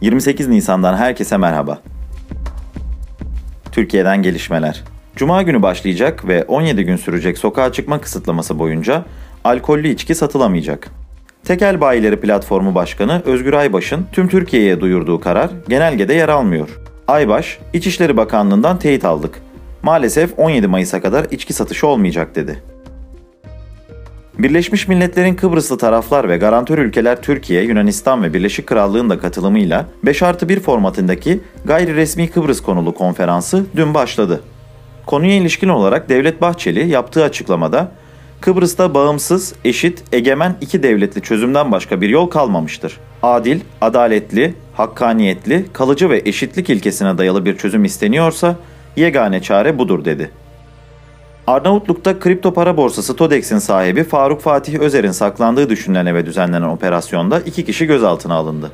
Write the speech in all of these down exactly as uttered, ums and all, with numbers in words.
yirmi sekiz Nisan'dan herkese merhaba. Türkiye'den gelişmeler. Cuma günü başlayacak ve on yedi gün sürecek sokağa çıkma kısıtlaması boyunca alkollü içki satılamayacak. Tekel Bayileri Platformu Başkanı Özgür Aybaş'ın tüm Türkiye'ye duyurduğu karar genelgede yer almıyor. Aybaş, İçişleri Bakanlığı'ndan teyit aldık. Maalesef on yedi Mayıs'a kadar içki satışı olmayacak dedi. Birleşmiş Milletler'in Kıbrıslı taraflar ve garantör ülkeler Türkiye, Yunanistan ve Birleşik Krallığın da katılımıyla beş artı bir formatındaki gayri resmi Kıbrıs konulu konferansı dün başladı. Konuya ilişkin olarak Devlet Bahçeli yaptığı açıklamada, Kıbrıs'ta bağımsız, eşit, egemen iki devletli çözümden başka bir yol kalmamıştır. Adil, adaletli, hakkaniyetli, kalıcı ve eşitlik ilkesine dayalı bir çözüm isteniyorsa yegane çare budur dedi. Arnavutluk'ta kripto para borsası Todex'in sahibi Faruk Fatih Özer'in saklandığı düşünülen ve düzenlenen operasyonda iki kişi gözaltına alındı.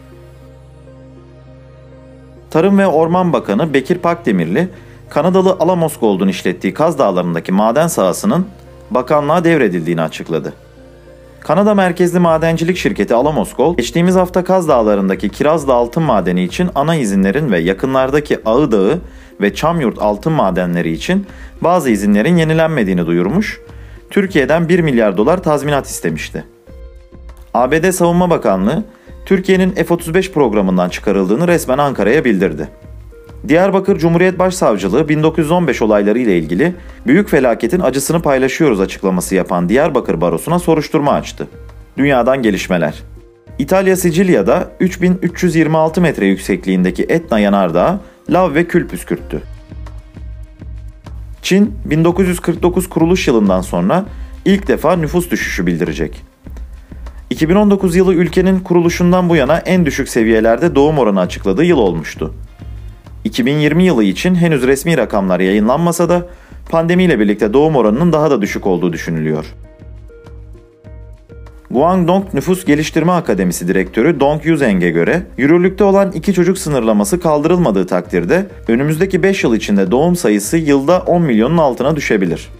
Tarım ve Orman Bakanı Bekir Pakdemirli, Kanadalı Alamos Gold'un işlettiği Kaz Dağları'ndaki maden sahasının bakanlığa devredildiğini açıkladı. Kanada merkezli madencilik şirketi Alamos Gold, geçtiğimiz hafta Kaz Dağları'ndaki Kirazlı altın madeni için ana izinlerin ve yakınlardaki Ağı Dağı ve Çamyurt altın madenleri için bazı izinlerin yenilenmediğini duyurmuş, Türkiye'den bir milyar dolar tazminat istemişti. A B D Savunma Bakanlığı, Türkiye'nin F otuz beş programından çıkarıldığını resmen Ankara'ya bildirdi. Diyarbakır Cumhuriyet Başsavcılığı bin dokuz yüz on beş olayları ile ilgili büyük felaketin acısını paylaşıyoruz açıklaması yapan Diyarbakır Barosu'na soruşturma açtı. Dünyadan gelişmeler. İtalya Sicilya'da üç bin üç yüz yirmi altı metre yüksekliğindeki Etna yanardağı lav ve kül püskürttü. Çin, bin dokuz yüz kırk dokuz kuruluş yılından sonra ilk defa nüfus düşüşü bildirecek. iki bin on dokuz yılı ülkenin kuruluşundan bu yana en düşük seviyelerde doğum oranı açıkladığı yıl olmuştu. iki bin yirmi yılı için henüz resmi rakamlar yayınlanmasa da pandemiyle birlikte doğum oranının daha da düşük olduğu düşünülüyor. Guangdong Nüfus Geliştirme Akademisi Direktörü Dong Yuzheng'e göre, yürürlükte olan iki çocuk sınırlaması kaldırılmadığı takdirde önümüzdeki beş yıl içinde doğum sayısı yılda on milyonun altına düşebilir.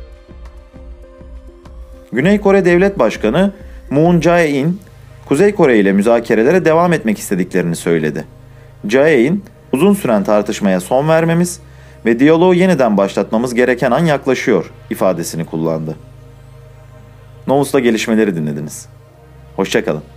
Güney Kore Devlet Başkanı Moon Jae-in, Kuzey Kore ile müzakerelere devam etmek istediklerini söyledi. Jae-in, uzun süren tartışmaya son vermemiz ve diyaloğu yeniden başlatmamız gereken an yaklaşıyor ifadesini kullandı. Novus'ta gelişmeleri dinlediniz. Hoşça kalın.